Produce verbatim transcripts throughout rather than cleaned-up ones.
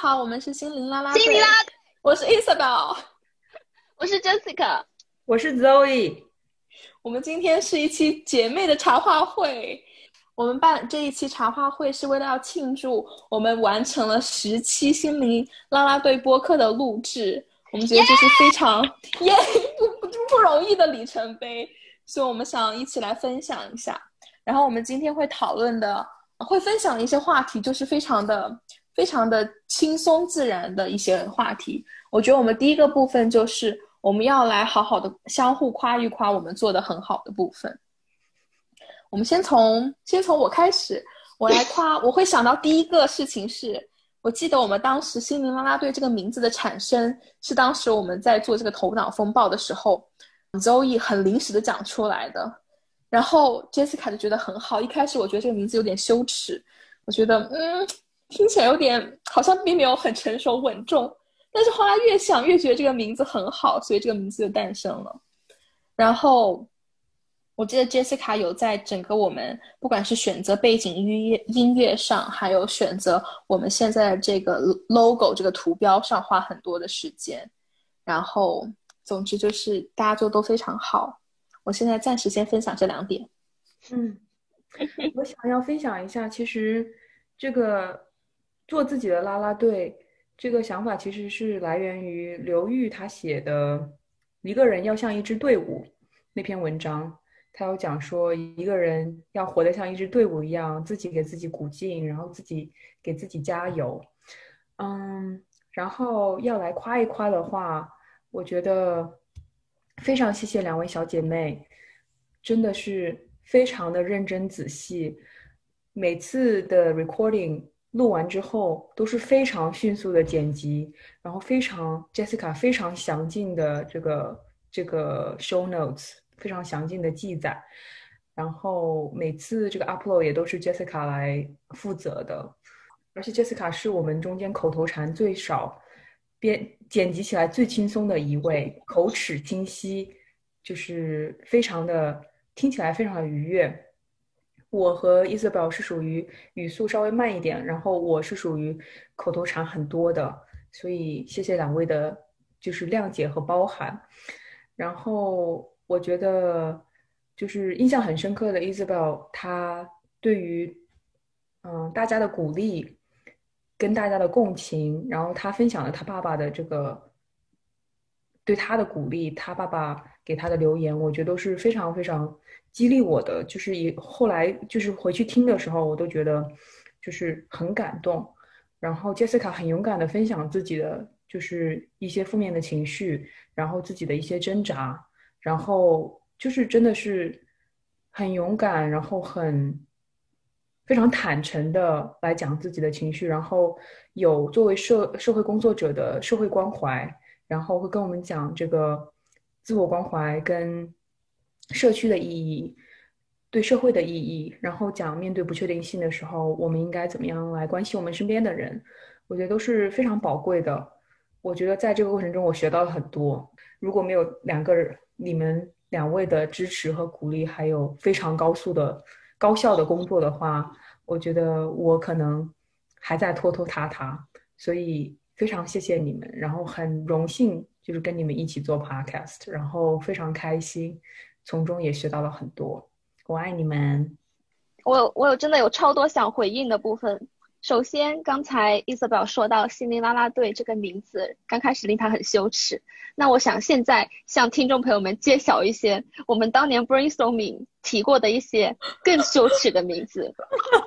好，我们是心灵啦啦队。 心灵啦啦队， 我是 Isabel， 我是 Jessica， 我是 Zoe。 我们今天是一期姐妹的茶话会。我们办这一期茶话会是为了要庆祝我们完成了十期心灵啦啦队播客的录制，我们觉得这是非常耶、yeah! 不, 不, 不容易的里程碑，所以我们想一起来分享一下。然后我们今天会讨论的会分享一些话题，就是非常的非常的轻松自然的一些话题。我觉得我们第一个部分就是我们要来好好的相互夸一夸我们做的很好的部分。我们先从先从我开始，我来夸。我会想到第一个事情是，我记得我们当时心灵啦啦队这个名字的产生是当时我们在做这个头脑风暴的时候 Zoe 很临时的讲出来的，然后 Jessica 就觉得很好。一开始我觉得这个名字有点羞耻，我觉得嗯听起来有点好像并没有很成熟稳重，但是后来越想越觉得这个名字很好，所以这个名字就诞生了。然后我记得 Jessica 有在整个我们不管是选择背景音乐音乐上，还有选择我们现在的这个 logo 这个图标上花很多的时间。然后总之就是大家做都非常好。我现在暂时先分享这两点。 嗯，我想要分享一下，其实这个做自己的啦啦队这个想法其实是来源于刘玉他写的《一个人要像一支队伍》那篇文章。他有讲说一个人要活得像一支队伍一样，自己给自己鼓劲，然后自己给自己加油。嗯，然后要来夸一夸的话，我觉得非常谢谢两位小姐妹，真的是非常的认真仔细，每次的 recording 录完之后都是非常迅速的剪辑，然后非常 Jessica 非常详尽的这个这个 show notes 非常详尽的记载，然后每次这个 upload 也都是 Jessica 来负责的，而且 Jessica 是我们中间口头禅最少，编剪辑起来最轻松的一位，口齿清晰，就是非常的听起来非常的愉悦。我和 Isabel 是属于语速稍微慢一点，然后我是属于口头禅很多的，所以谢谢两位的就是谅解和包涵。然后我觉得就是印象很深刻的 Isabel 她对于嗯大家的鼓励跟大家的共情，然后她分享了她爸爸的这个对她的鼓励，她爸爸给她的留言，我觉得都是非常非常激励我的，就是以后来就是回去听的时候，我都觉得就是很感动。然后 Jessica 很勇敢的分享自己的就是一些负面的情绪，然后自己的一些挣扎，然后就是真的是很勇敢，然后很非常坦诚的来讲自己的情绪，然后有作为社社会工作者的社会关怀，然后会跟我们讲这个自我关怀跟社区的意义，对社会的意义，然后讲面对不确定性的时候，我们应该怎么样来关心我们身边的人，我觉得都是非常宝贵的。我觉得在这个过程中，我学到了很多。如果没有两个人你们两位的支持和鼓励，还有非常高速的高效的工作的话，我觉得我可能还在拖拖沓沓。所以非常谢谢你们，然后很荣幸就是跟你们一起做 podcast， 然后非常开心，从中也学到了很多。我爱你们。 我有我有真的有超多想回应的部分。首先，刚才 Isabel 说到心灵啦啦队这个名字，刚开始令她很羞耻。那我想现在向听众朋友们揭晓一些我们当年 brainstorming 提过的一些更羞耻的名字。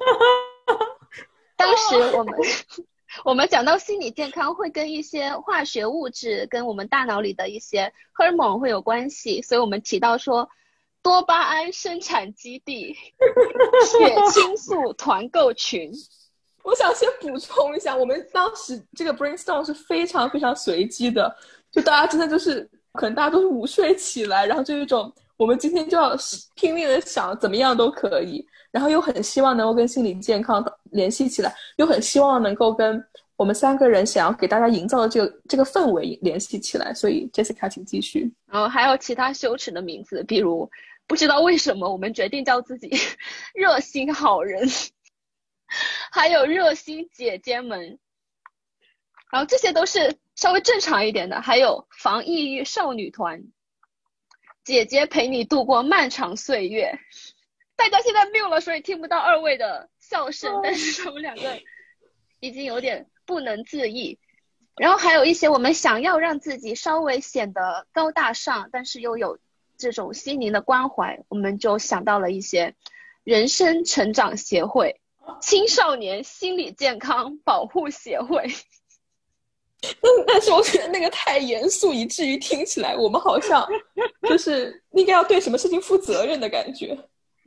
当时我们我们讲到心理健康会跟一些化学物质跟我们大脑里的一些荷尔蒙会有关系，所以我们提到说多巴胺生产基地、血清素团购群。 我想先补充一下，我们当时这个 brainstorm 是非常非常随机的，就大家真的就是可能大家都是午睡起来，然后就有一种我们今天就要拼命的想怎么样都可以，然后又很希望能够跟心理健康联系起来，又很希望能够跟我们三个人想要给大家营造的这个这个氛围联系起来。所以 Jessica 请继续。 然后还有其他羞耻的名字，比如不知道为什么我们决定叫自己热心好人，还有热心姐姐们。 然后这些都是稍微正常一点的，还有防抑郁少女团，姐姐陪你度过漫长岁月。大家现在 mute 了，所以听不到二位的笑声，但是我们两个已经有点不能自抑。然后还有一些我们想要让自己稍微显得高大上，但是又有这种心灵的关怀，我们就想到了一些人生成长协会、青少年心理健康保护协会。 但是我觉得那个太严肃，以至于听起来我们好像就是应该要对什么事情负责任的感觉。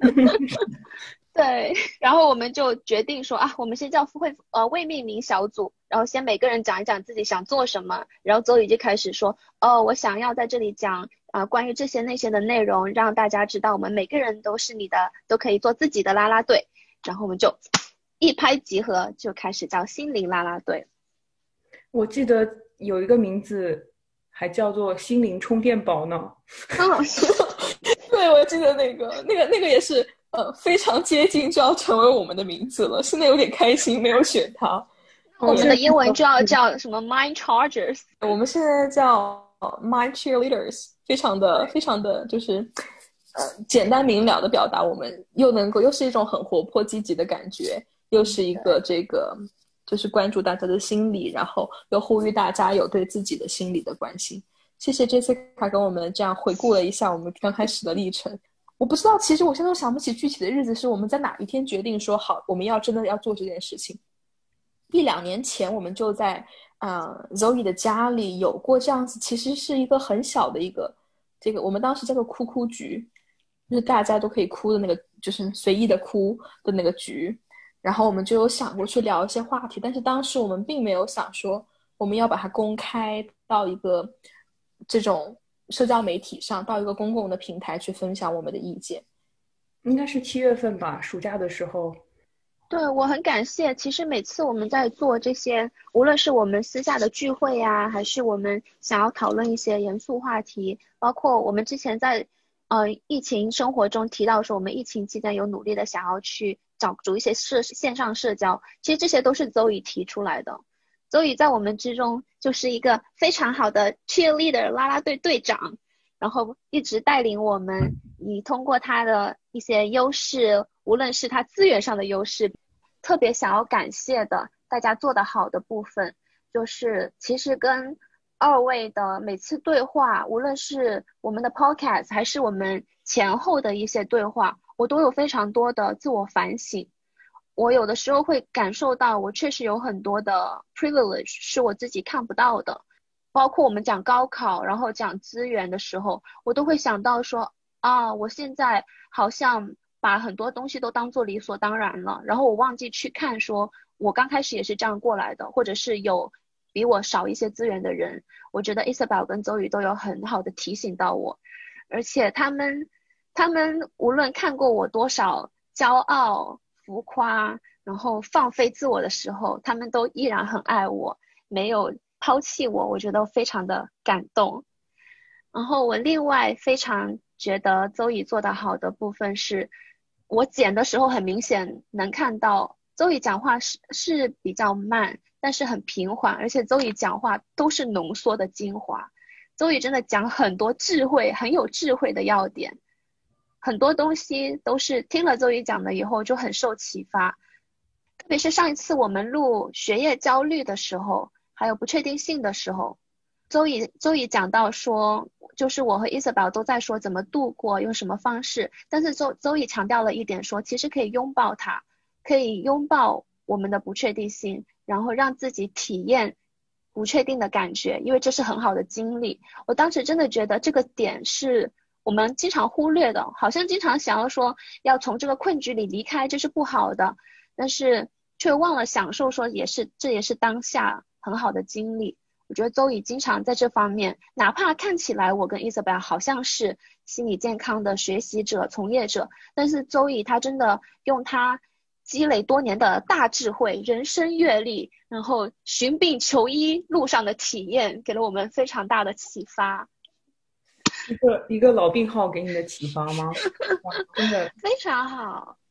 对，然后我们就决定说啊，我们先叫会呃未命名小组，然后先每个人讲一讲自己想做什么，然后周宇就开始说，哦，我想要在这里讲啊、呃、关于这些那些的内容，让大家知道我们每个人都是你的，都可以做自己的啦啦队。然后我们就一拍即合，就开始叫心灵啦啦队。 我记得有一个名字还叫做心灵充电宝呢。 嗯， 对，我记得那个那个那个也是呃非常接近就要成为我们的名字了，现在有点开心没有选它。 我们的英文就要叫什么 Mind Chargers， 我们现在叫 Mind Cheerleaders， 非常的非常的就是呃简单明了的表达我们又能够又是一种很活泼积极的感觉，又是一个这个就是关注大家的心理，然后又呼吁大家有对自己的心理的关心。谢谢 Jessica 跟我们这样回顾了一下我们刚开始的历程。我不知道，其实我现在都想不起具体的日子是我们在哪一天决定说好我们要真的要做这件事情。一两年前我们就在呃 Zoe 的家里有过这样子，其实是一个很小的一个这个我们当时叫做哭哭局，就是大家都可以哭的那个，就是随意的哭的那个局。然后我们就有想过去聊一些话题，但是当时我们并没有想说我们要把它公开到一个这种社交媒体上，到一个公共的平台去分享我们的意见。 应该是七月份吧，暑假的时候。 对，我很感谢。其实每次我们在做这些，无论是我们私下的聚会呀、啊，还是我们想要讨论一些严肃话题，包括我们之前在呃疫情生活中提到说，我们疫情期间有努力的想要去找组一些社线上社交，其实这些都是Zoe提出来的。Zoe在我们之中就是一个非常好的 cheerleader 啦啦队队长，然后一直带领我们，你通过他的一些优势，无论是他资源上的优势，特别想要感谢的大家做得好的部分，就是其实跟二位的每次对话，无论是我们的 podcast 还是我们前后的一些对话，我都有非常多的自我反省。我有的时候会感受到我确实有很多的 privilege 是我自己看不到的，包括我们讲高考然后讲资源的时候，我都会想到说啊，我现在好像把很多东西都当作理所当然了，然后我忘记去看说我刚开始也是这样过来的，或者是有比我少一些资源的人。我觉得 Isabel 跟周宇都有很好的提醒到我，而且他们他们无论看过我多少骄傲浮夸然后放飞自我的时候，他们都依然很爱我，没有抛弃我，我觉得非常的感动。然后我另外非常觉得周宇做得好的部分是，我剪的时候很明显能看到周宇讲话是是比较慢，但是很平缓，而且周宇讲话都是浓缩的精华。周宇真的讲很多智慧，很有智慧的要点，很多东西都是听了周宇讲的以后就很受启发。特别是上一次我们录学业焦虑的时候，还有不确定性的时候，周宇周宇讲到说，就是我和 Isabel 都在说怎么度过，用什么方式，但是周周宇强调了一点说，其实可以拥抱它，可以拥抱我们的不确定性，然后让自己体验不确定的感觉，因为这是很好的经历。我当时真的觉得这个点是我们经常忽略的，好像经常想要说要从这个困局里离开，这是不好的，但是却忘了享受说也是这也是当下很好的经历。我觉得周宇经常在这方面，哪怕看起来我跟 Isabel 好像是心理健康的学习者从业者，但是周宇他真的用他积累多年的大智慧人生阅历，然后寻病求医路上的体验，给了我们非常大的启发。 一个一个老病号给你的启发吗？真的非常好。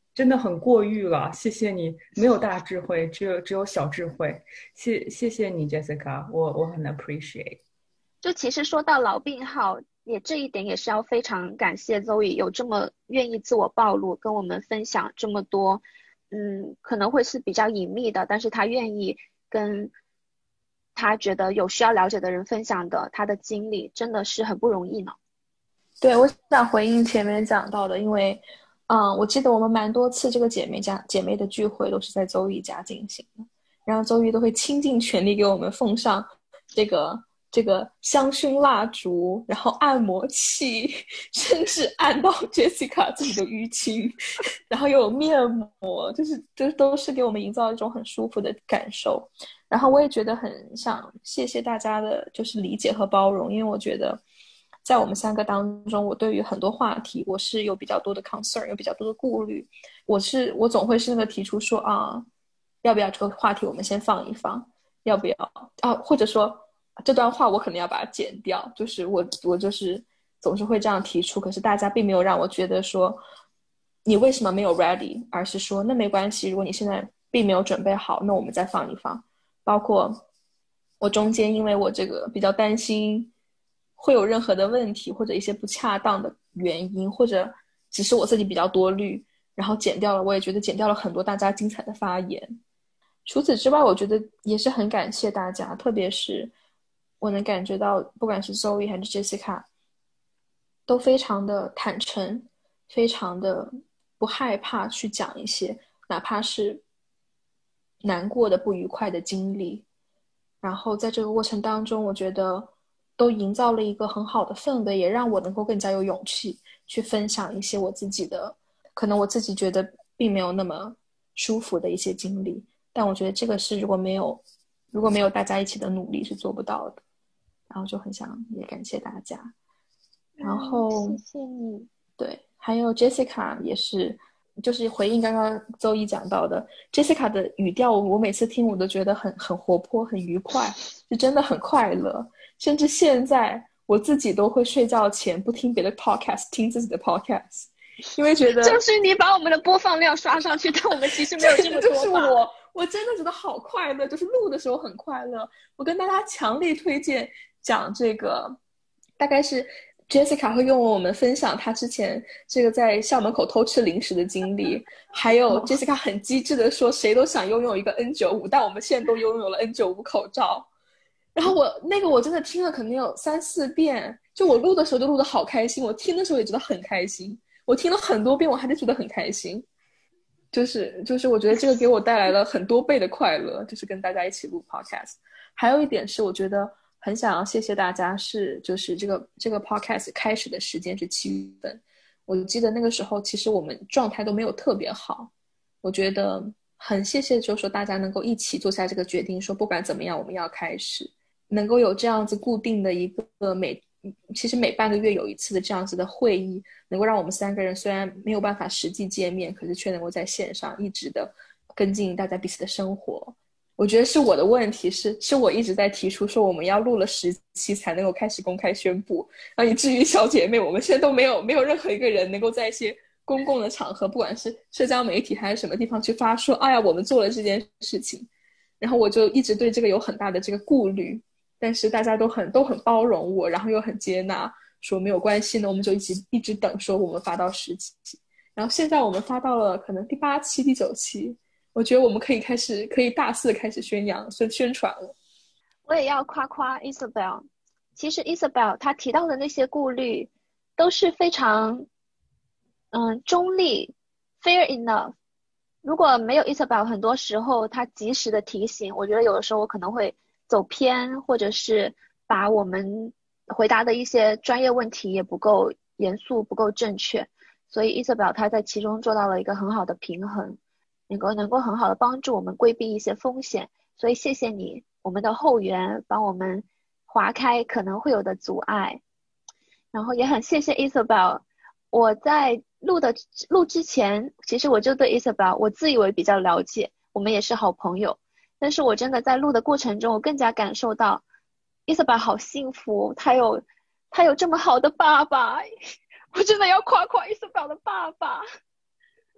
真的很过誉了，谢谢你，没有大智慧，只有只有小智慧，谢谢谢你 Jessica，我我很 appreciate。 就其实说到老病号，也这一点也是要非常感谢 Zoe 有这么愿意自我暴露，跟我们分享这么多，嗯，可能会是比较隐秘的，但是他愿意跟他觉得有需要了解的人分享的他的经历，真的是很不容易呢。 对，我想回应前面讲到的，因为，嗯，我记得我们蛮多次这个姐妹家姐妹的聚会都是在周一家进行的，然后周一都会倾尽全力给我们奉上这个这个香薰蜡烛，然后按摩器，甚至按到 Jessica 自己的淤青，然后又有面膜，就是这都是给我们营造一种很舒服的感受。然后我也觉得很想谢谢大家的就是理解和包容，因为我觉得在我们三个当中，我对于很多话题我是有比较多的 concern， 有比较多的顾虑，我是我总会是那个提出说啊，要不要这个话题我们先放一放，要不要啊，或者说这段话我可能要把它剪掉，就是我我就是总是会这样提出，可是大家并没有让我觉得说你为什么没有 ready， 而是说那没关系，如果你现在并没有准备好，那我们再放一放。包括我中间因为我这个比较担心会有任何的问题或者一些不恰当的原因，或者只是我自己比较多虑，然后剪掉了，我也觉得剪掉了很多大家精彩的发言。除此之外，我觉得也是很感谢大家，特别是我能感觉到不管是 Zoe 还是 Jessica 都非常的坦诚，非常的不害怕去讲一些哪怕是难过的不愉快的经历，然后在这个过程当中我觉得都营造了一个很好的氛围，也让我能够更加有勇气去分享一些我自己的可能我自己觉得并没有那么舒服的一些经历，但我觉得这个是如果没有如果没有大家一起的努力是做不到的，然后就很想也感谢大家。然后、 嗯、谢谢你。 对，还有 Jessica 也是，就是回应刚刚周一讲到的 Jessica 的语调，我每次听我都觉得很很活泼很愉快，就真的很快乐，甚至现在我自己都会睡觉前不听别的 podcast， 听自己的 podcast， 因为觉得就是你把我们的播放量刷上去，但我们其实没有这么多吧。 就是我我真的觉得好快乐，就是录的时候很快乐。我跟大家强烈推荐讲这个，大概是Jessica 会跟我们分享她之前这个在校门口偷吃零食的经历，还有 Jessica 很机智的说谁都想拥有一个 N 九十五， 但我们现在都拥有了 N 九十五 口罩。然后我那个我真的听了可能有三四遍，就我录的时候就录得好开心，我听的时候也觉得很开心，我听了很多遍我还是觉得很开心，就是就是我觉得这个给我带来了很多倍的快乐，就是跟大家一起录 podcast。 还有一点是我觉得很想要谢谢大家，是就是这个这个 podcast 开始的时间是七月份，我记得那个时候其实我们状态都没有特别好，我觉得很谢谢就是说大家能够一起做下这个决定，说不管怎么样我们要开始，能够有这样子固定的一个每其实每半个月有一次的这样子的会议，能够让我们三个人虽然没有办法实际见面，可是却能够在线上一直的跟进大家彼此的生活。我觉得是我的问题，是是我一直在提出说我们要录了十期才能够开始公开宣布，然后以至于小姐妹我们现在都没有没有任何一个人能够在一些公共的场合，不管是社交媒体还是什么地方去发说哎呀我们做了这件事情，然后我就一直对这个有很大的这个顾虑，但是大家都很都很包容我，然后又很接纳，说没有关系呢，我们就一直一直等说我们发到十期，然后现在我们发到了可能第八期第九期，我觉得我们可以开始可以大肆开始宣扬宣宣传了。 我也要夸夸 Isabel， 其实 Isabel 她提到的那些顾虑都是非常嗯中立 fair enough， 如果没有 Isabel 很多时候她及时的提醒，我觉得有的时候我可能会走偏，或者是把我们回答的一些专业问题也不够严肃不够正确，所以 Isabel 她在其中做到了一个很好的平衡，能够能够很好的帮助我们规避一些风险，所以谢谢你，我们的后援帮我们划开可能会有的阻碍。然后也很谢谢 Isabel， 我在录的录之前其实我就对 Isabel 我自以为比较了解，我们也是好朋友，但是我真的在录的过程中我更加感受到 Isabel 好幸福，她有她有这么好的爸爸，我真的要夸夸 Isabel 的爸爸，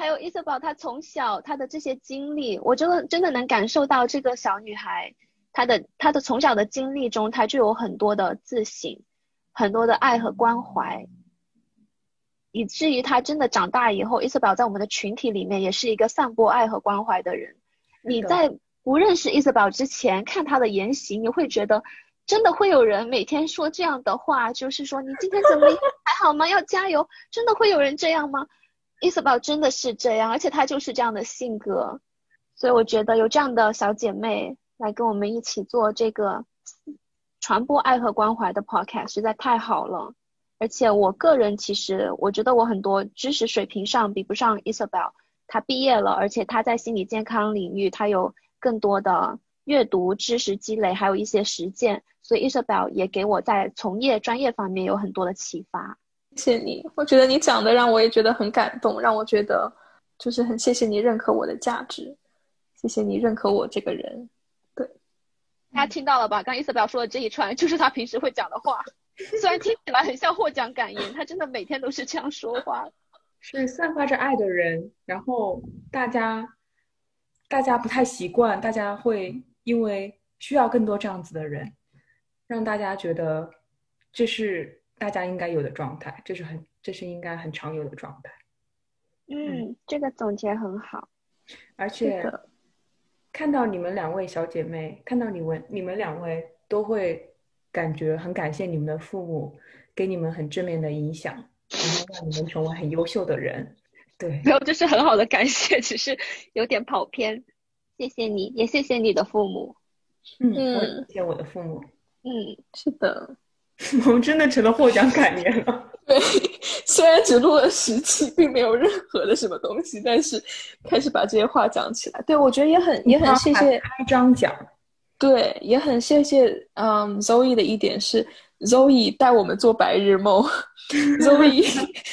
还有伊瑟宝她从小她的这些经历，我真的真的能感受到这个小女孩她的她的从小的经历中，她就有很多的自省，很多的爱和关怀，以至于她真的长大以后，伊瑟宝在我们的群体里面也是一个散播爱和关怀的人。你在不认识伊瑟宝之前看她的言行，你会觉得真的会有人每天说这样的话，就是说你今天怎么样，还好吗？要加油。真的会有人这样吗？伊瑟宝真的是这样，而且她就是这样的性格。所以我觉得有这样的小姐妹来跟我们一起做这个传播爱和关怀的 podcast 实在太好了。而且我个人其实我觉得我很多知识水平上比不上 Isabel， 她毕业了，而且她在心理健康领域她有更多的阅读知识积累，还有一些实践，所以 Isabel 也给我在从业专业方面有很多的启发。 谢谢你，我觉得你讲的让我也觉得很感动，让我觉得就是很谢谢你认可我的价值，谢谢你认可我这个人。对， 大家听到了吧？刚 Isabel 说的这一串就是她平时会讲的话，虽然听起来很像获奖感言，她真的每天都是这样说话， 是散发着爱的人。然后大家大家不太习惯，大家会因为需要更多这样子的人，让大家觉得这是大家应该有的状态，这是很这是应该很常有的状态。 嗯，嗯这个总结很好。 而且看到你们两位小姐妹，看到你们你们两位都会感觉很感谢你们的父母给你们很正面的影响，然后让你们成为很优秀的人。对， 没有，这是很好的感谢，只是有点跑偏。谢谢你，也谢谢你的父母。 嗯，我也谢谢我的父母。 嗯， 是的， 我们真的成了获奖感言了。 对，虽然只录了十期，并没有任何的什么东西，但是开始把这些话讲起来。对，我觉得也很也很谢谢开张讲。 对，也很谢谢嗯 Zoe 的一点是 Zoe 带我们做白日梦，Zoe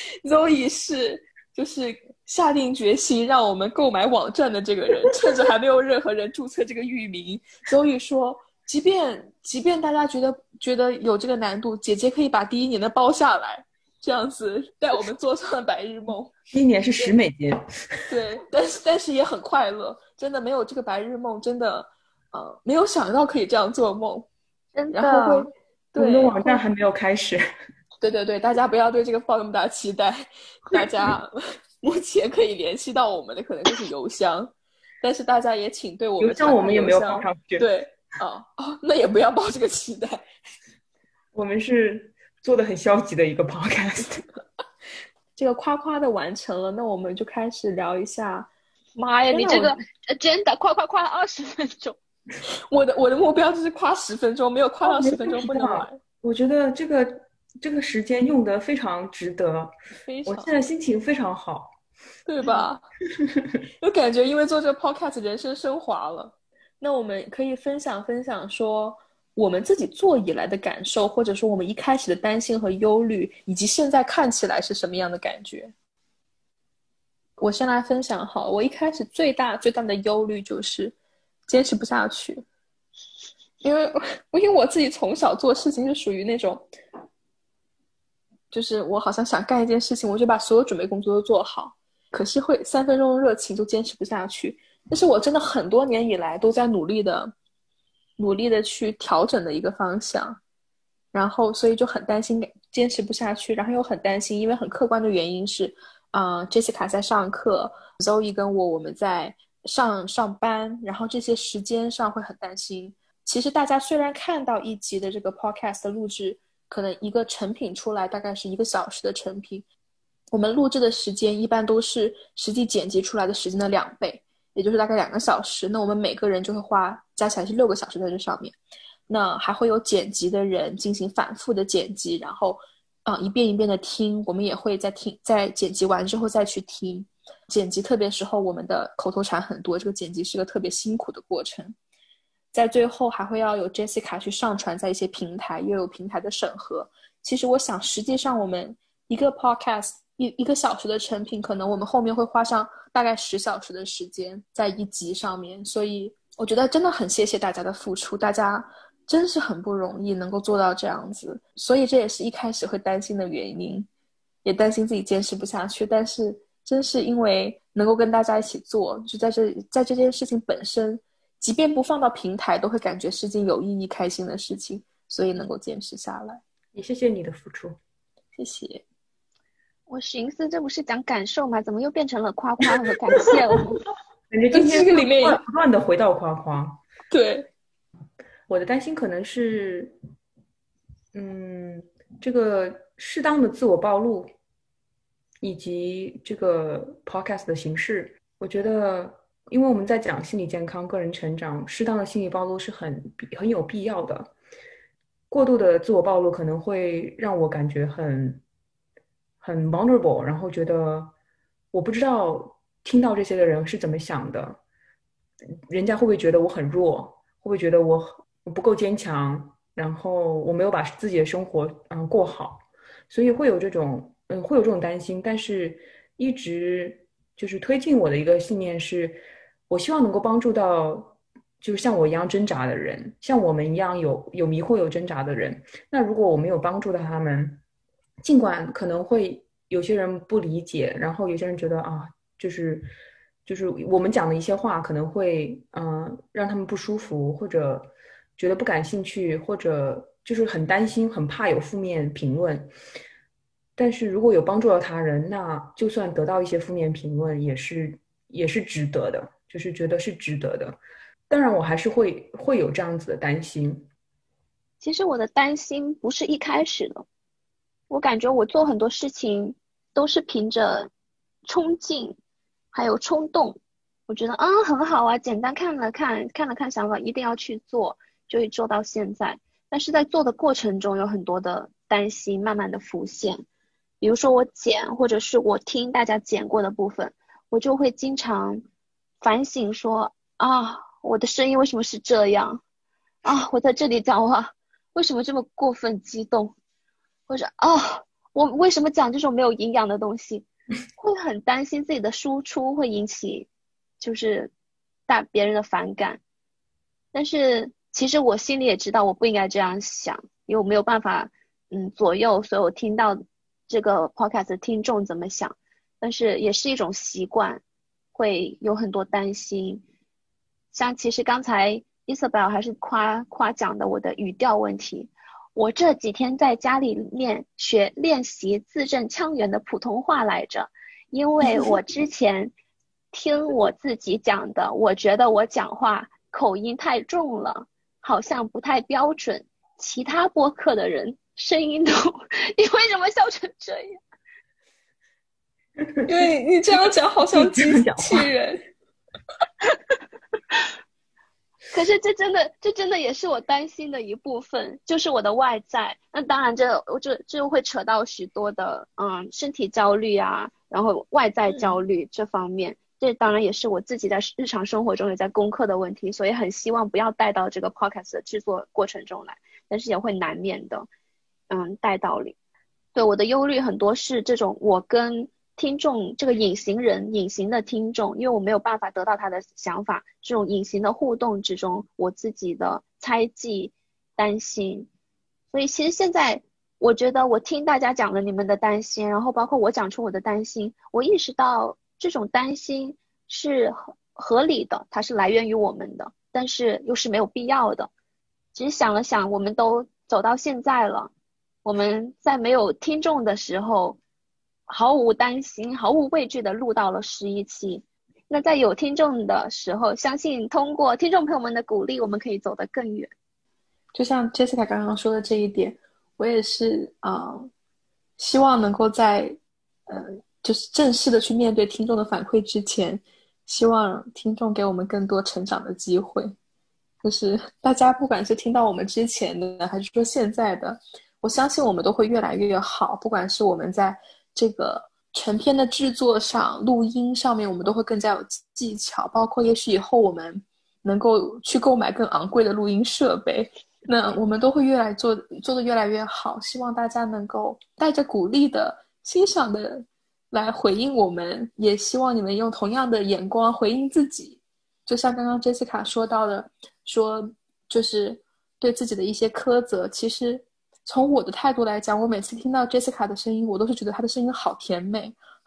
Zoe 是就是下定决心让我们购买网站的这个人，趁着还没有任何人注册这个域名 ，Zoe 说，即便即便大家觉得觉得有这个难度，姐姐可以把第一年的包下来，这样子带我们做上了白日梦。 第一年是十美金， 对，但是但是也很快乐，真的没有这个白日梦，真的呃没有想到可以这样做梦， 真的。 然后会对我们的网站还没有开始。 对对对，大家不要对这个抱那么大期待，大家目前可以联系到我们的可能就是邮箱，但是大家也请对我们邮箱我们也没有放上去。 对啊哦，那也不要抱这个期待。 我们是做的很消极的一个 podcast。 这个夸夸的完成了，那我们就开始聊一下。 妈呀，你这个真的夸夸夸二十分钟。 我的我的目标就是夸十分钟，没有夸到十分钟不能玩。 我觉得这个这个时间用得非常值得， 非常我现在心情非常好， 对吧？我感觉因为做这个 podcast 人生升华了。那我们可以分享分享说我们自己做以来的感受，或者说我们一开始的担心和忧虑，以及现在看起来是什么样的感觉。我先来分享好了，我一开始最大最大的忧虑就是坚持不下去，因为因为我自己从小做事情就属于那种，就是我好像想干一件事情，我就把所有准备工作都做好，可是会三分钟热情就坚持不下去。但是我真的很多年以来都在努力的努力的去调整的一个方向，然后所以就很担心坚持不下去，然后又很担心，因为很客观的原因是呃 Jessica 在上课， Zoe 跟我我们在上上班，然后这些时间上会很担心。其实大家虽然看到一集的这个 podcast 的录制，可能一个成品出来大概是一个小时的成品，我们录制的时间一般都是实际剪辑出来的时间的两倍，也就是大概两个小时，那我们每个人就会花加起来是六个小时在这上面。那还会有剪辑的人进行反复的剪辑，然后呃一遍一遍的听，我们也会在听在剪辑完之后再去听。剪辑特别时候我们的口头禅很多，这个剪辑是个特别辛苦的过程。在最后还会要有 Jessica 去上传在一些平台，又有平台的审核。其实我想实际上我们一个 podcast 一一个小时的成品，可能我们后面会花上大概十小时的时间在一集上面，所以我觉得真的很谢谢大家的付出，大家真是很不容易能够做到这样子，所以这也是一开始会担心的原因，也担心自己坚持不下去，但是真是因为能够跟大家一起做，就在这在这件事情本身，即便不放到平台，都会感觉是件有意义、开心的事情，所以能够坚持下来。 也谢谢你的付出。 谢谢。 我寻思这不是讲感受吗？怎么又变成了夸夸和感谢了？ 感觉今天这个里面不断的回到夸夸。 对， 我的担心可能是，嗯，这个适当的自我暴露，以及这个 podcast 的形式，我觉得，因为我们在讲心理健康、个人成长，适当的心理暴露是很很有必要的。过度的自我暴露可能会让我感觉很很 vulnerable，然后觉得我不知道听到这些的人是怎么想的，人家会不会觉得我很弱，会不会觉得我我不够坚强，然后我没有把自己的生活嗯过好，所以会有这种嗯会有这种担心，但是一直就是推进我的一个信念是，我希望能够帮助到就是像我一样挣扎的人，像我们一样有有迷惑有挣扎的人。那如果我没有帮助到他们，尽管可能会有些人不理解，然后有些人觉得啊，就是就是我们讲的一些话可能会嗯、呃、让他们不舒服，或者觉得不感兴趣，或者就是很担心很怕有负面评论。但是如果有帮助到他人，那就算得到一些负面评论也是也是值得的，就是觉得是值得的。当然我还是会会有这样子的担心。 其实我的担心不是一开始的，我感觉我做很多事情都是凭着冲劲还有冲动，我觉得啊很好啊，简单看了看看了看想法一定要去做，就会做到现在。但是在做的过程中有很多的担心慢慢的浮现，比如说我剪或者是我听大家剪过的部分，我就会经常反省说啊我的声音为什么是这样啊，我在这里讲话为什么这么过分激动，或者啊我为什么讲这种没有营养的东西，会很担心自己的输出会引起就是大别人的反感。但是其实我心里也知道我不应该这样想，因为我没有办法嗯左右所有听到这个 podcast 的听众怎么想，但是也是一种习惯，会有很多担心。像其实刚才 Isabel 还是夸夸奖的我的语调问题，我这几天在家里面学练习字正腔圆的普通话来着，因为我之前听我自己讲的，我觉得我讲话口音太重了，好像不太标准，其他播客的人声音都你为什么笑成这样？ 因为你这样讲好像机器人。 可是这真的这真的也是我担心的一部分，就是我的外在。那当然这我这这会扯到许多的嗯身体焦虑啊，然后外在焦虑这方面，这当然也是我自己在日常生活中也在攻克的问题，所以很希望不要带到这个 podcast 的制作过程中来，但是也会难免的嗯带到里。对，我的忧虑很多是这种我跟听众这个隐形人隐形的听众，因为我没有办法得到他的想法，这种隐形的互动之中我自己的猜忌担心。所以其实现在我觉得我听大家讲了你们的担心，然后包括我讲出我的担心，我意识到这种担心是合理的，它是来源于我们的，但是又是没有必要的。只是想了想，我们都走到现在了，我们在没有听众的时候毫无担心毫无畏惧的录到了十一期，那在有听众的时候，相信通过听众朋友们的鼓励，我们可以走得更远。 就像 Jessica 刚刚说的这一点，我也是啊、呃，希望能够在呃，就是正式的去面对听众的反馈之前，希望听众给我们更多成长的机会。就是大家不管是听到我们之前的，还是说现在的，我相信我们都会越来越好。不管是我们在这个成片的制作上、录音上面，我们都会更加有技巧，包括也许以后我们能够去购买更昂贵的录音设备。那我们都会越来做做得越来越好，希望大家能够带着鼓励的、欣赏的来回应我们，也希望你们用同样的眼光回应自己。就像刚刚 Jessica 说到的，说就是对自己的一些苛责，其实从我的态度来讲，我每次听到 Jessica 的声音，我都是觉得她的声音好甜美、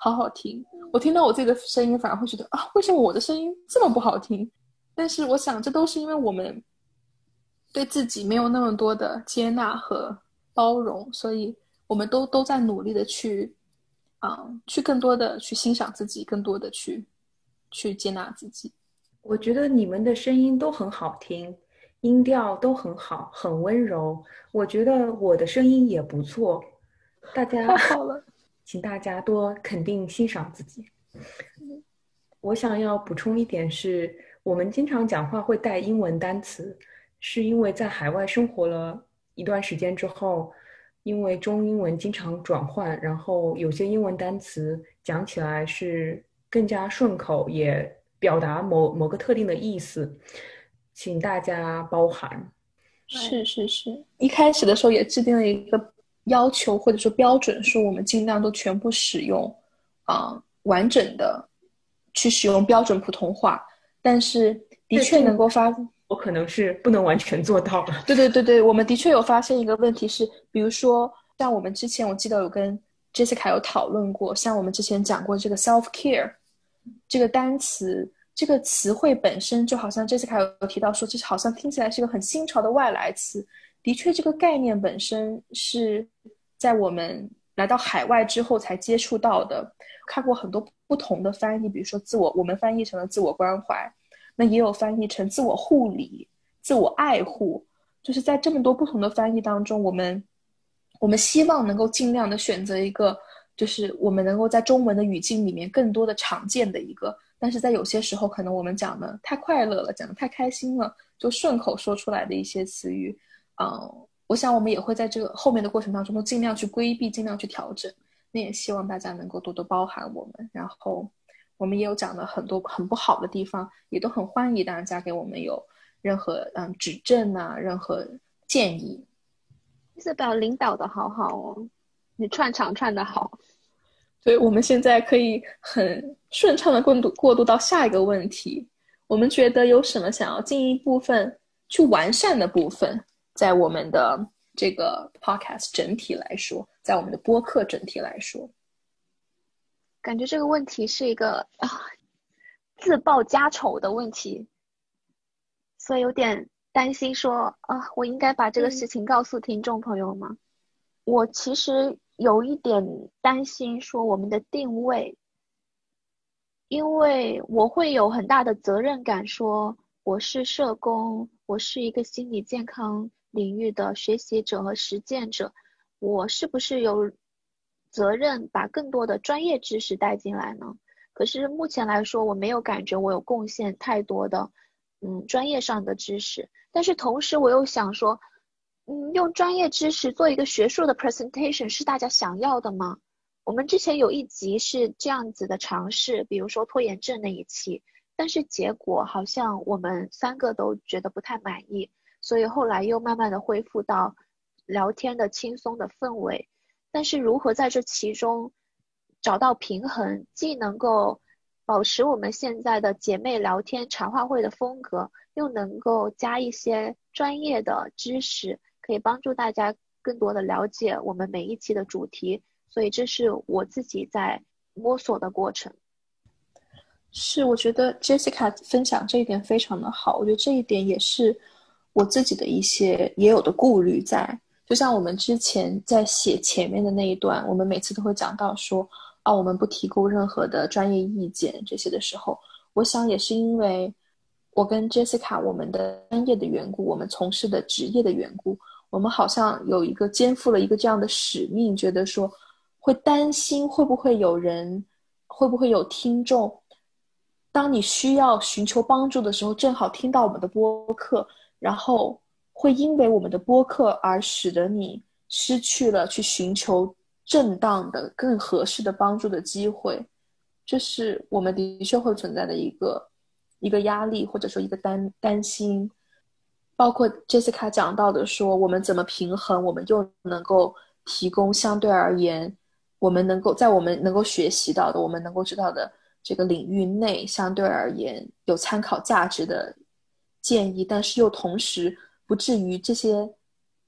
好好听。我听到我自己的声音反而会觉得啊，为什么我的声音这么不好听？但是我想这都是因为我们对自己没有那么多的接纳和包容，所以我们都都在努力的去啊、呃，去更多的去欣赏自己，更多的去去接纳自己。 我觉得你们的声音都很好听，音调都很好，很温柔。我觉得我的声音也不错，大家太好了， 请大家多肯定欣赏自己。我想要补充一点是，我们经常讲话会带英文单词，是因为在海外生活了一段时间之后，因为中英文经常转换，然后有些英文单词讲起来是更加顺口，也表达某某个特定的意思，请大家包涵。 是是是，一开始的时候也制定了一个要求或者说标准，说我们尽量都全部使用啊、呃、完整的去使用标准普通话，但是的确能够发， 我可能是不能完全做到的。 对对对对，我们的确有发现一个问题是，比如说像我们之前我记得有跟 Jessica 有讨论过，像我们之前讲过这个 self care 这个单词。这个词汇本身就好像 Jessica 有提到说，这好像听起来是一个很新潮的外来词。的确，这个概念本身是在我们来到海外之后才接触到的。看过很多不同的翻译，比如说自我，我们翻译成了自我关怀，那也有翻译成自我护理、自我爱护。就是在这么多不同的翻译当中，我们我们希望能够尽量的选择一个，就是我们能够在中文的语境里面更多的常见的一个。但是在有些时候可能我们讲的太快乐了，讲的太开心了，就顺口说出来的一些词语，嗯、呃，我想我们也会在这个后面的过程当中都尽量去规避，尽量去调整。那也希望大家能够多多包涵我们，然后我们也有讲了很多很不好的地方，也都很欢迎大家给我们有任何嗯指正啊，任何建议。 这表领导的好好哦，你串场串的好。 所以我们现在可以很顺畅的过渡过渡到下一个问题。我们觉得有什么想要进一部分去完善的部分，在我们的这个 podcast 整体来说，在我们的播客整体来说， 感觉这个问题是一个啊自曝家丑的问题，所以有点担心说啊，我应该把这个事情告诉听众朋友吗？嗯、我其实有一点担心说我们的定位，因为我会有很大的责任感，说我是社工，我是一个心理健康领域的学习者和实践者，我是不是有责任把更多的专业知识带进来呢？可是目前来说，我没有感觉我有贡献太多的嗯专业上的知识，但是同时我又想说，嗯，用专业知识做一个学术的 presentation 是大家想要的吗？我们之前有一集是这样子的尝试，比如说拖延症那一期，但是结果好像我们三个都觉得不太满意，所以后来又慢慢的恢复到聊天的轻松的氛围。但是如何在这其中找到平衡，既能够保持我们现在的姐妹聊天茶话会的风格，又能够加一些专业的知识，可以帮助大家更多的了解我们每一期的主题，所以这是我自己在摸索的过程。 是，我觉得 Jessica 分享这一点非常的好，我觉得这一点也是我自己的一些也有的顾虑在。就像我们之前在写前面的那一段，我们每次都会讲到说啊，我们不提供任何的专业意见这些的时候，我想也是因为我跟 Jessica 我们的专业的缘故，我们从事的职业的缘故，我们好像有一个肩负了一个这样的使命，觉得说会担心会不会有人，会不会有听众，当你需要寻求帮助的时候，正好听到我们的播客，然后会因为我们的播客而使得你失去了去寻求正当的更合适的帮助的机会，这是我们的确会存在的一个一个压力，或者说一个担担心。包括 Jessica 讲到的说我们怎么平衡，我们又能够提供相对而言我们能够在我们能够学习到的，我们能够知道的这个领域内相对而言有参考价值的建议，但是又同时不至于这些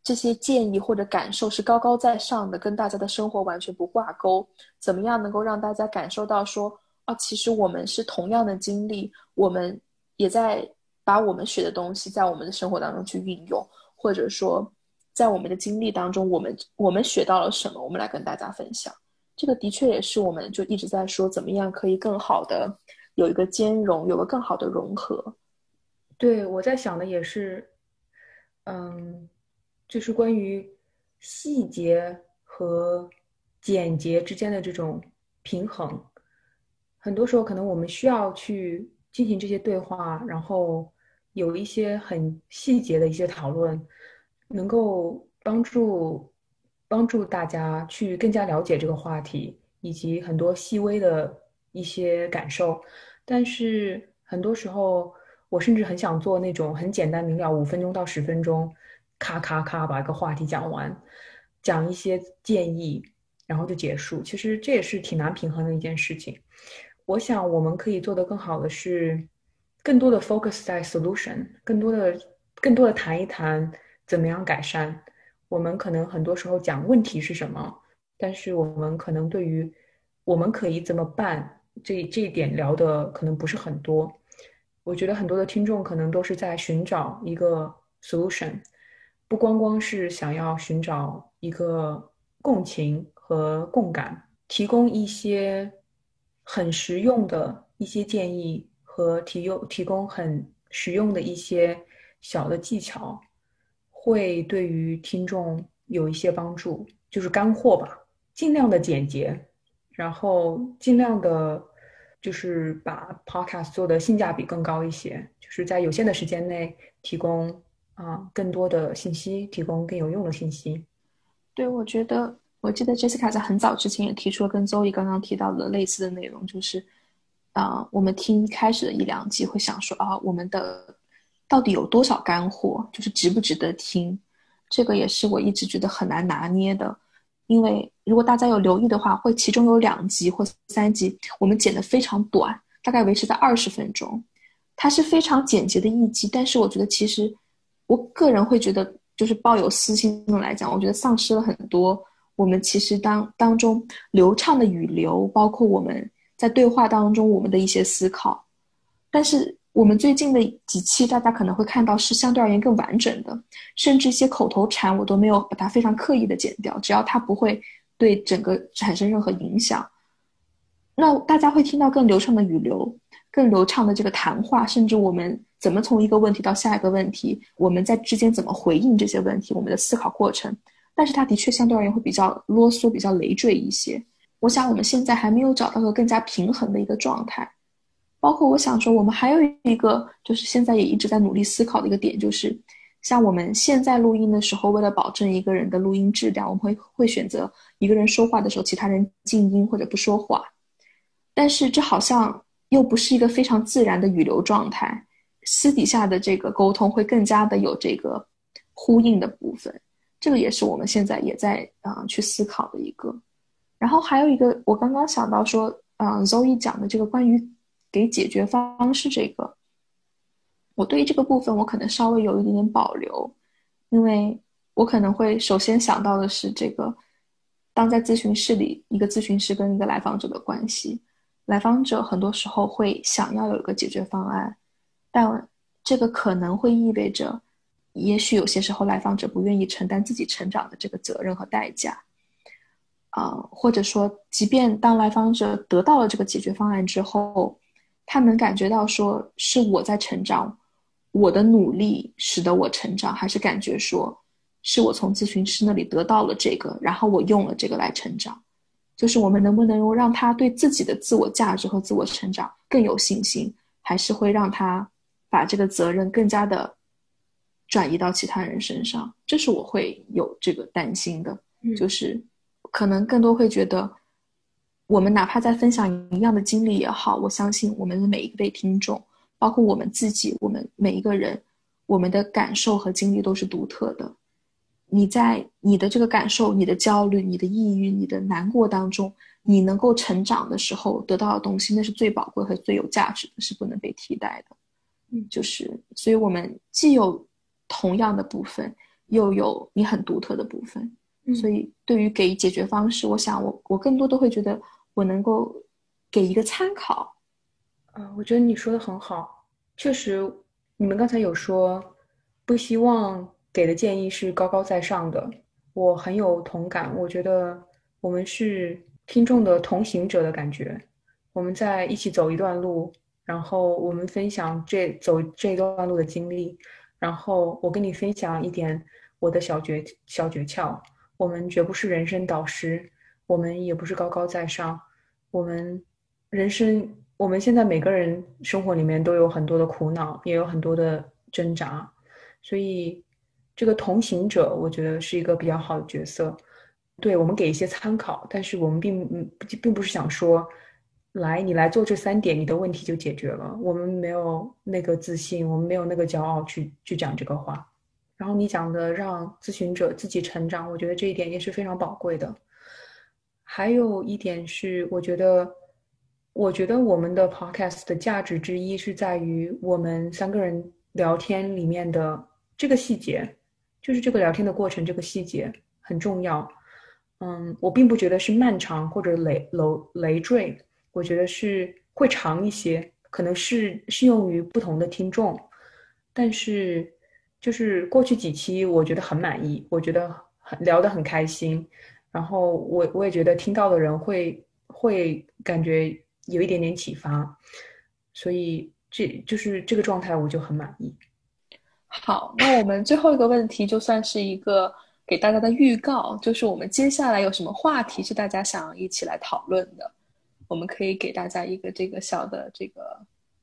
这些建议或者感受是高高在上的，跟大家的生活完全不挂钩，怎么样能够让大家感受到说，啊，其实我们是同样的经历，我们也在把我们学的东西在我们的生活当中去运用，或者说在我们的经历当中，我们我们学到了什么，我们来跟大家分享。这个的确也是我们就一直在说，怎么样可以更好的有一个兼容，有个更好的融合。 对，我在想的也是，嗯，就是关于细节和简洁之间的这种平衡。很多时候，可能我们需要去进行这些对话，然后有一些很细节的一些讨论，能够帮助帮助大家去更加了解这个话题，以及很多细微的一些感受。但是很多时候，我甚至很想做那种很简单明了，五分钟到十分钟，咔咔咔把一个话题讲完，讲一些建议，然后就结束。其实这也是挺难平衡的一件事情。我想我们可以做得更好的是，更多的 focus 在 solution，更多的更多的谈一谈怎么样改善。我们可能很多时候讲问题是什么，但是我们可能对于我们可以怎么办这这一点聊的可能不是很多。我觉得很多的听众可能都是在寻找一个 solution，不光光是想要寻找一个共情和共感，提供一些很实用的一些建议和提用提供很实用的一些小的技巧，会对于听众有一些帮助，就是干货吧，尽量的简洁，然后尽量的，就是把 podcast 做的性价比更高一些，就是在有限的时间内提供啊、呃更多的信息，提供更有用的信息。 对，我觉得，我记得 Jessica 在很早之前也提出了跟 Zoe 刚刚提到的类似的内容，就是，啊、呃我们听开始的一两集会想说，啊，我们的到底有多少干货，就是值不值得听？这个也是我一直觉得很难拿捏的，因为如果大家有留意的话，会其中有两集或三集我们剪得非常短，大概维持在二十分钟，它是非常简洁的一集，但是我觉得其实我个人会觉得，就是抱有私心的来讲，我觉得丧失了很多我们其实当当中流畅的语流，包括我们在对话当中我们的一些思考。但是我们最近的几期，大家可能会看到是相对而言更完整的，甚至一些口头禅我都没有把它非常刻意的剪掉，只要它不会对整个产生任何影响。那大家会听到更流畅的语流，更流畅的这个谈话，甚至我们怎么从一个问题到下一个问题，我们在之间怎么回应这些问题，我们的思考过程。但是它的确相对而言会比较啰嗦，比较累赘一些。我想我们现在还没有找到个更加平衡的一个状态。包括我想说，我们还有一个就是现在也一直在努力思考的一个点，就是像我们现在录音的时候，为了保证一个人的录音质量，我们会会选择一个人说话的时候，其他人静音或者不说话。但是这好像又不是一个非常自然的语流状态，私底下的这个沟通会更加的有这个呼应的部分，这个也是我们现在也在啊、呃、去思考的一个。然后还有一个，我刚刚想到说，啊、呃、Zoe 讲的这个关于给解决方式，这个我对于这个部分我可能稍微有一点点保留，因为我可能会首先想到的是这个，当在咨询室里，一个咨询师跟一个来访者的关系。来访者很多时候会想要有一个解决方案，但这个可能会意味着，也许有些时候来访者不愿意承担自己成长的这个责任和代价，啊、呃，或者说，即便当来访者得到了这个解决方案之后，他能感觉到说是我在成长，我的努力使得我成长，还是感觉说是我从咨询师那里得到了这个，然后我用了这个来成长。就是我们能不能够让他对自己的自我价值和自我成长更有信心，还是会让他把这个责任更加的转移到其他人身上，这是我会有这个担心的。就是可能更多会觉得，我们哪怕在分享一样的经历也好，我相信我们的每一位听众，包括我们自己，我们每一个人，我们的感受和经历都是独特的。你在你的这个感受，你的焦虑，你的抑郁，你的难过当中，你能够成长的时候得到的东西，那是最宝贵和最有价值的，是不能被替代的。嗯，就是所以我们既有同样的部分， 又有你很独特的部分。 嗯所以对于给解决方式，我想我我更多都会觉得我能够给一个参考。 呃，我觉得你说的很好，确实，你们刚才有说不希望给的建议是高高在上的，我很有同感。我觉得我们是听众的同行者的感觉，我们在一起走一段路，然后我们分享这走这一段路的经历，然后我跟你分享一点我的小诀小诀窍。我们绝不是人生导师，我们也不是高高在上，我们人生，我们现在每个人生活里面都有很多的苦恼，也有很多的挣扎，所以这个同行者，我觉得是一个比较好的角色。对，我们给一些参考，但是我们并嗯并不是想说，来你来做这三点，你的问题就解决了。我们没有那个自信，我们没有那个骄傲去去讲这个话。然后你讲的让咨询者自己成长，我觉得这一点也是非常宝贵的。还有一点是，我觉得，我觉得我们的 podcast 的价值之一是在于我们三个人聊天里面的这个细节，就是这个聊天的过程，这个细节很重要。嗯，我并不觉得是漫长或者累累累赘，我觉得是会长一些，可能是适用于不同的听众，但是就是过去几期我觉得很满意，我觉得很聊得很开心，然后我我也觉得听到的人会会感觉有一点点启发，所以这就是这个状态我就很满意。 好，那我们最后一个问题就算是一个给大家的预告，就是我们接下来有什么话题是大家想一起来讨论的，我们可以给大家一个这个小的这个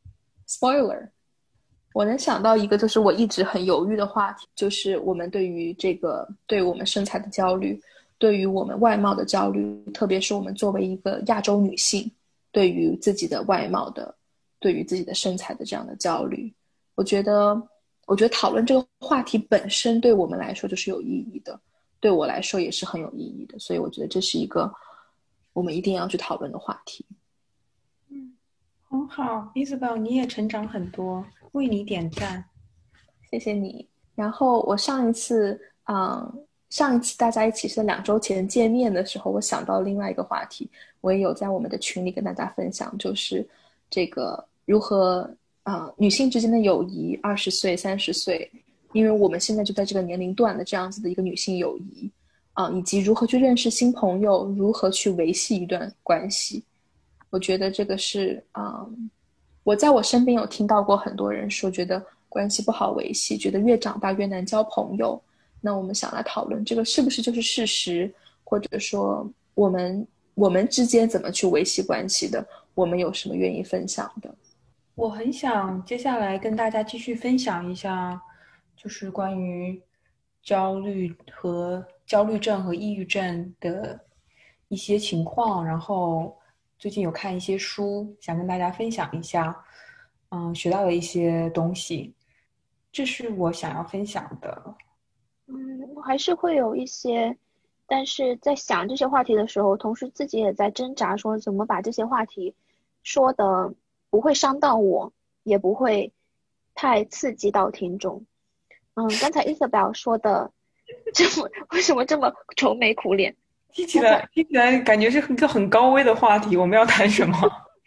spoiler。我能想到一个就是我一直很犹豫的话题，就是我们对于这个对我们身材的焦虑，对于我们外貌的焦虑，特别是我们作为一个亚洲女性对于自己的外貌的对于自己的身材的这样的焦虑。我觉得我觉得讨论这个话题本身对我们来说就是有意义的，对我来说也是很有意义的，所以我觉得这是一个我们一定要去讨论的话题。 嗯，很好 Isabel 你也成长很多，为你点赞。 谢谢你。然后我上一次嗯，上一次大家一起是在两周前见面的时候，我想到另外一个话题，我也有在我们的群里跟大家分享，就是这个如何呃女性之间的友谊，二十岁三十岁，因为我们现在就在这个年龄段的这样子的一个女性友谊啊、呃，以及如何去认识新朋友，如何去维系一段关系。我觉得这个是嗯、呃，我在我身边有听到过很多人说觉得关系不好维系，觉得越长大越难交朋友。那我们想来讨论这个是不是就是事实，或者说我们我们之间怎么去维系关系的，我们有什么愿意分享的。 我很想接下来跟大家继续分享一下，就是关于焦虑和焦虑症和抑郁症的一些情况，然后最近有看一些书，想跟大家分享一下，嗯，学到的一些东西，这是我想要分享的。 嗯，我还是会有一些，但是在想这些话题的时候，同时自己也在挣扎，说怎么把这些话题说的不会伤到我，也不会太刺激到听众。嗯，刚才 Isabel 说的这么为什么这么愁眉苦脸？ 听起来听起来感觉是一个很高危的话题，我们要谈什么？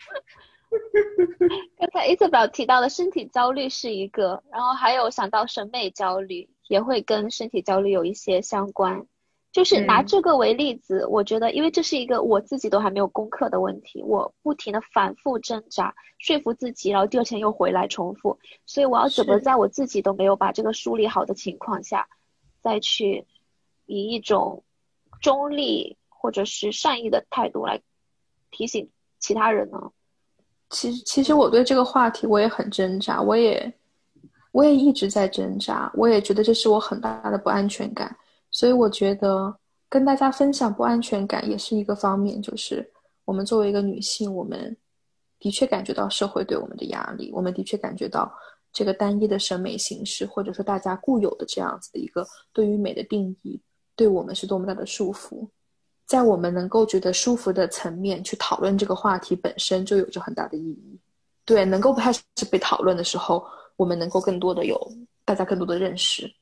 刚才 Isabel 提到的身体焦虑是一个，然后还有想到审美焦虑也会跟身体焦虑有一些相关。就是拿这个为例子、嗯、我觉得因为这是一个我自己都还没有攻克的问题，我不停的反复挣扎说服自己，然后第二天又回来重复，所以我要怎么在我自己都没有把这个梳理好的情况下，再去以一种中立或者是善意的态度来提醒其他人呢？ 其实其实我对这个话题我也很挣扎，我也我也一直在挣扎，我也觉得这是我很大的不安全感。所以我觉得跟大家分享不安全感也是一个方面，就是我们作为一个女性，我们的确感觉到社会对我们的压力，我们的确感觉到这个单一的审美形式，或者说大家固有的这样子的一个对于美的定义，对我们是多么大的束缚。在我们能够觉得舒服的层面去讨论这个话题本身就有着很大的意义。对，能够开始被讨论的时候，我们能够更多的有大家更多的认识。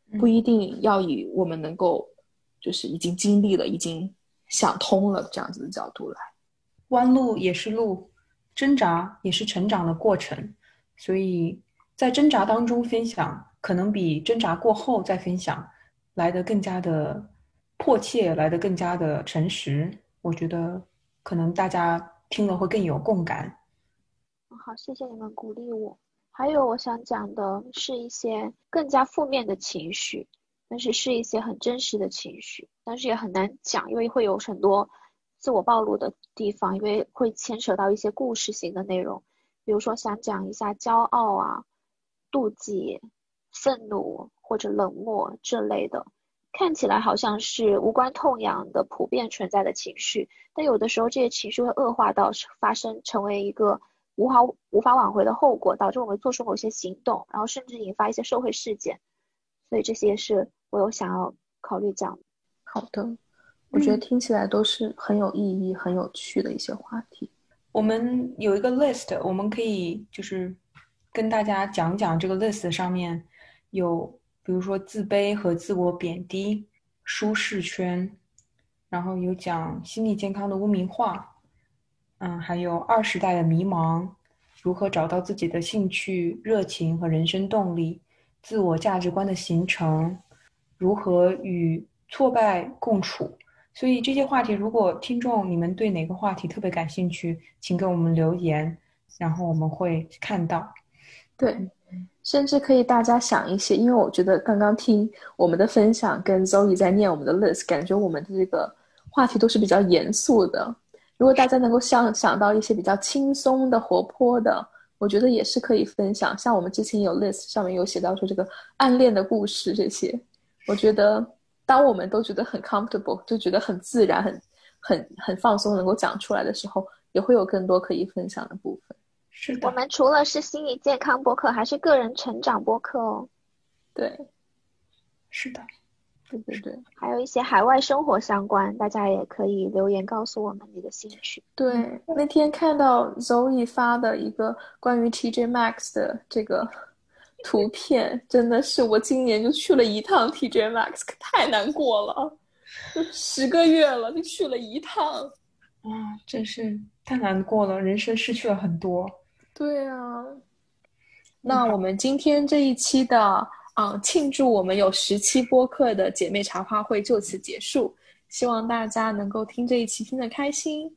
不一定要以我们能够就是已经经历了已经想通了这样子的角度来。 弯路也是路，挣扎也是成长的过程，所以在挣扎当中分享可能比挣扎过后再分享来得更加的迫切，来得更加的诚实，我觉得可能大家听了会更有共感。 好，谢谢你们鼓励我。还有我想讲的是一些更加负面的情绪，但是是一些很真实的情绪，但是也很难讲，因为会有很多自我暴露的地方，因为会牵扯到一些故事型的内容。比如说想讲一下骄傲啊、妒忌、愤怒或者冷漠这类的，看起来好像是无关痛痒的普遍存在的情绪，但有的时候这些情绪会恶化到发生成为一个无法无法挽回的后果，导致我们做出某些行动，然后甚至引发一些社会事件。所以这些是我有想要考虑讲的。 好的，我觉得听起来都是很有意义、很有趣的一些话题。 我们有一个 list， 我们可以就是跟大家讲讲这个 list 上面有，比如说自卑和自我贬低、舒适圈，然后有讲心理健康的污名化，嗯，还有二十代的迷茫，如何找到自己的兴趣、热情和人生动力，自我价值观的形成，如何与挫败共处。所以这些话题，如果听众你们对哪个话题特别感兴趣，请给我们留言，然后我们会看到。 对，甚至可以大家想一些，因为我觉得刚刚听我们的分享跟 Zoe 在念我们的 list， 感觉我们的这个话题都是比较严肃的。如果大家能够想想到一些比较轻松的、活泼的，我觉得也是可以分享。像我们之前有 list 上面有写到说这个暗恋的故事这些，我觉得当我们都觉得很 comfortable， 就觉得很自然、很很很放松，能够讲出来的时候，也会有更多可以分享的部分。 是的， 我们除了是心理健康播客，还是个人成长播客哦。 对， 是的， 对对对， 还有一些海外生活相关，大家也可以留言告诉我们你的兴趣。 对，那天看到 Zoe 发的一个关于 T J Maxx 的这个图片，真的是我今年就去了一趟 T J Maxx， 太难过了，就十个月了就去了一趟。 啊，真是太难过了，人生失去了很多。 对啊，那我们今天这一期的嗯庆祝我们有十期播客的姐妹茶话会就此结束，希望大家能够听这一期听得开心。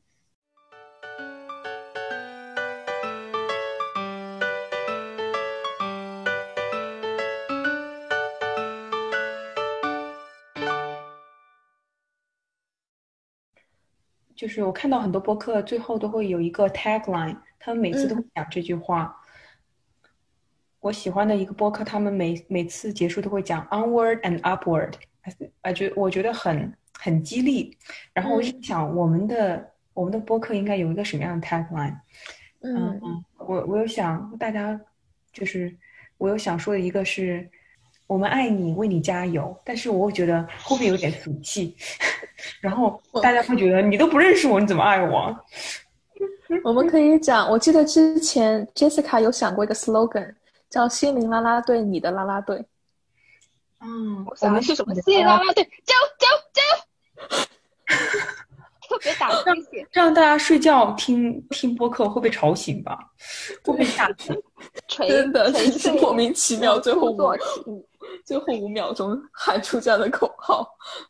就是我看到很多播客最后都会有一个 tagline， 他们每次都会讲这句话。嗯、我喜欢的一个播客，他们每每次结束都会讲 onward and upward， 我觉我觉得很很激励。然后我就想，我们的、嗯、我们的播客应该有一个什么样的 tagline？ 嗯, 嗯我我有想大家就是我有想说的一个是。我们爱你，为你加油，但是我会觉得后面有点俗气，然后大家会觉得你都不认识我，你怎么爱我？ 我们可以讲，我记得之前 Jessica 有想过一个 slogan， 叫心灵啦啦队，你的啦啦队。 嗯，我想的是什么？心灵啦啦队，加油加油加油！特别打鸡血， 这样大家睡觉听听播客会被吵醒吧？会被吓醒。 真的是莫名其妙，最后五最后五秒钟喊出这样的口号。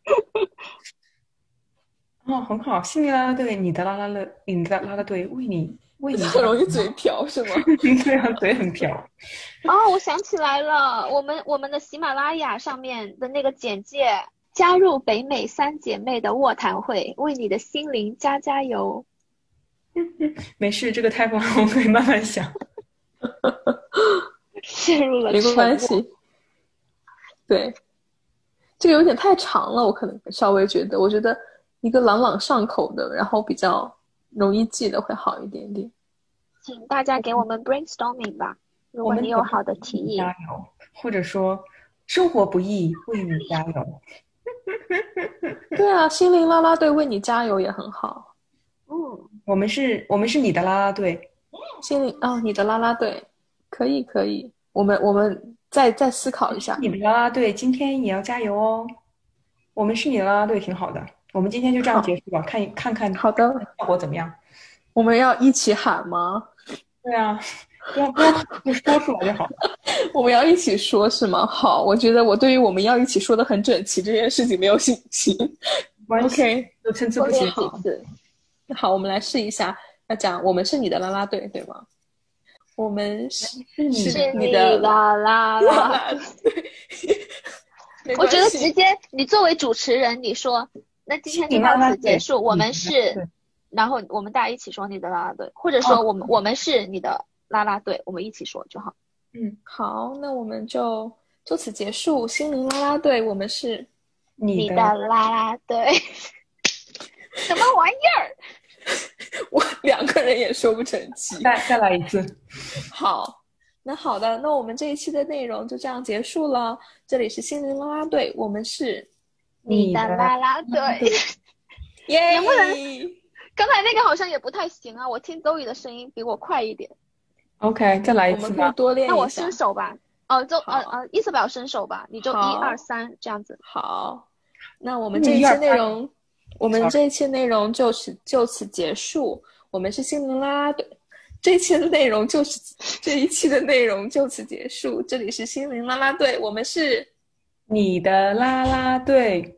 哦，很好，心灵啦啦队，你的啦啦乐，你的啦啦队为你为你很容易嘴瓢是吗？ 对啊，嘴很瓢。 哦，我想起来了，我们我们的喜马拉雅上面的那个简介，加入北美三姐妹的卧谈会，为你的心灵加加油。 没事，这个太棒了，我可以慢慢想。 陷入了没关系。对，这个有点太长了，我可能稍微觉得，我觉得一个朗朗上口的，然后比较容易记得会好一点点。 请大家给我们 brainstorming 吧，如果你有好的提议， 加油，或者说生活不易，为你加油。 对啊，心灵啦啦队为你加油也很好。 嗯， 我们是我们是你的啦啦队， 心灵哦，你的啦啦队可以可以，我们我们再再思考一下。 你的啦啦队今天也要加油哦！我们是你的啦啦队，挺好的。我们今天就这样结束吧，看一看看好的， 效果怎么样？ 我们要一起喊吗？ 对啊，不要不要就说出来就好。 我们要一起说是吗？好，我觉得我对于我们要一起说的很整齐这件事情没有信心。OK， 就参差不齐。 好， 好，我们来试一下。要讲我们是你的啦啦队，对吗？我们是是你的啦啦啦队。 我觉得直接你作为主持人，你说那今天就到此结束，我们是，然后我们大家一起说你的啦啦队，或者说我们、哦、我们是你的啦啦队，我们一起说就好。 嗯，好，那我们就就此结束。心灵啦啦队，我们是你的啦啦队。什么玩意儿？ 我两个人也说不成器。 再再来一次。 好，那好的，那我们这一期的内容就这样结束了。这里是心灵啦啦队，我们是你的啦啦队。 耶！ 能不能？刚才那个好像也不太行啊，我听周宇的声音比我快一点。 OK， 再来一次吧。 我们可以多练一下。 那我伸手吧。哦，就呃呃，伊瑟表伸手吧，你就一二三这样子。 好，那我们这一期内容，我们这一期内容就是就此结束。我们是心灵啦啦队，这一期的内容就是这一期的内容就此结束。这里是心灵啦啦队，我们是你的啦啦队。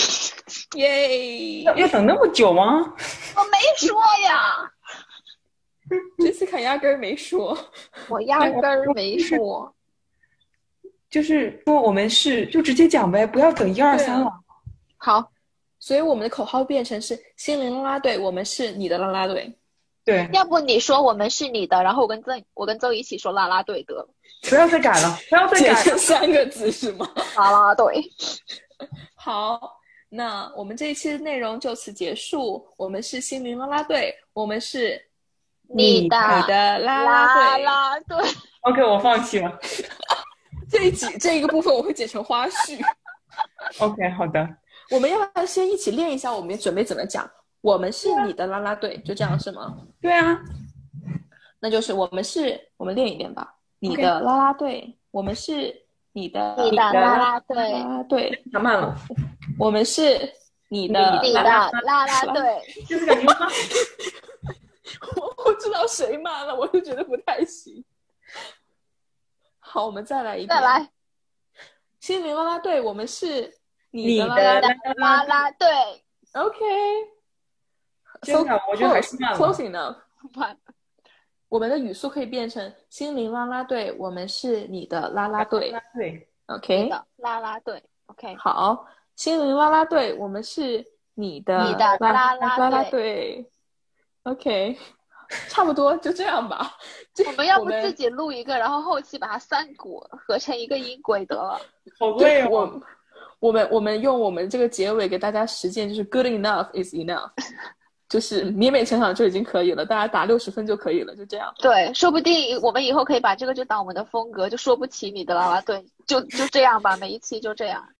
耶！ 要等那么久吗？ 我没说呀。 这次卡压根儿没说， 我压根儿没说。 就是说我们是就直接讲呗，不要等一二三了。 好，所以我们的口号变成是心灵啦啦队，我们是你的啦啦队。 对， 要不你说我们是你的，然后我跟邹我跟邹一起说啦啦队得了。 不要再改了，不要再改了。 简称三个字是吗？ 啦啦队。 好，那我们这一期的内容就此结束。我们是心灵啦啦队，我们是你的你的啦啦队。 啦啦队。 OK， 我放弃了。 这一集这一个部分我会剪成花絮。 OK， 好的。 我们要不要先一起练一下？我们准备怎么讲？我们是你的啦啦队，就这样是吗？ 对啊。 那就是我们是，我们练一遍吧。你的啦啦队，我们是你的你的啦啦队。 对， 太慢了。 我们是你的你的啦啦队。 就是感觉我不知道谁慢了，我就觉得不太行。好，我们再来一遍。 再来。 心灵啦啦队，我们是你的啦啦啦队。 OK。 真的，我觉得还是慢了。 close enough。我们的语速可以变成心灵啦啦队，我们是你的啦啦队。 对 OK。 你的啦啦队。OK。 好，心灵啦啦队，我们是你的你的啦啦啦队。OK。差不多就这样吧。 我们要不自己录一个，然后后期把它三股合成一个音轨得了。 好累哦。 我我们我们用我们这个结尾给大家实践，就是 good enough is enough， 就是勉勉强强就已经可以了，大家打六十分就可以了，就这样。 对，说不定我们以后可以把这个就当我们的风格，就说不起你的啦啦队，就就这样吧，每一期就这样。